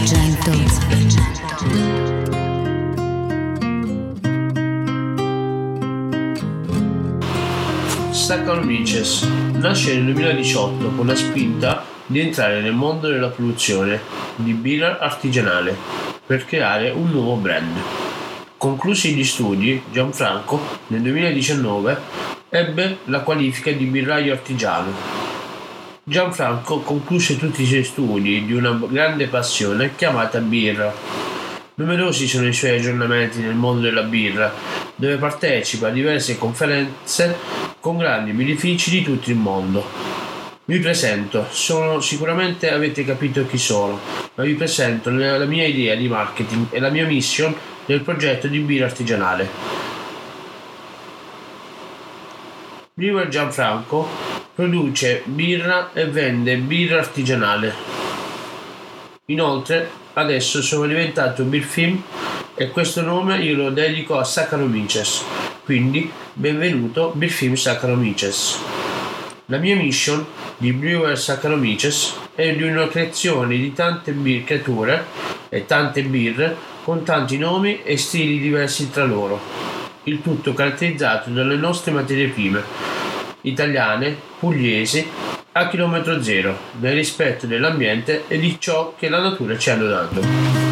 Saccharomyces nasce nel 2018 con la spinta di entrare nel mondo della produzione di birra artigianale per creare un nuovo brand. Conclusi gli studi, Gianfranco nel 2019 ebbe la qualifica di birraio artigiano. Gianfranco concluse tutti i suoi studi di una grande passione chiamata birra. Numerosi sono i suoi aggiornamenti nel mondo della birra, dove partecipa a diverse conferenze con grandi birrifici di tutto il mondo. Vi presento, sicuramente avete capito chi sono, ma vi presento la mia idea di marketing e la mia mission del progetto di birra artigianale. Brewer Gianfranco produce birra e vende birra artigianale. Inoltre, adesso sono diventato Birfim e questo nome io lo dedico a Saccharomyces, quindi benvenuto Birfim Saccharomyces. La mia mission di Brewer Saccharomyces è di una creazione di tante creature e tante birre con tanti nomi e stili diversi tra loro, il tutto caratterizzato dalle nostre materie prime, italiane, pugliesi, a chilometro zero, nel rispetto dell'ambiente e di ciò che la natura ci ha donato.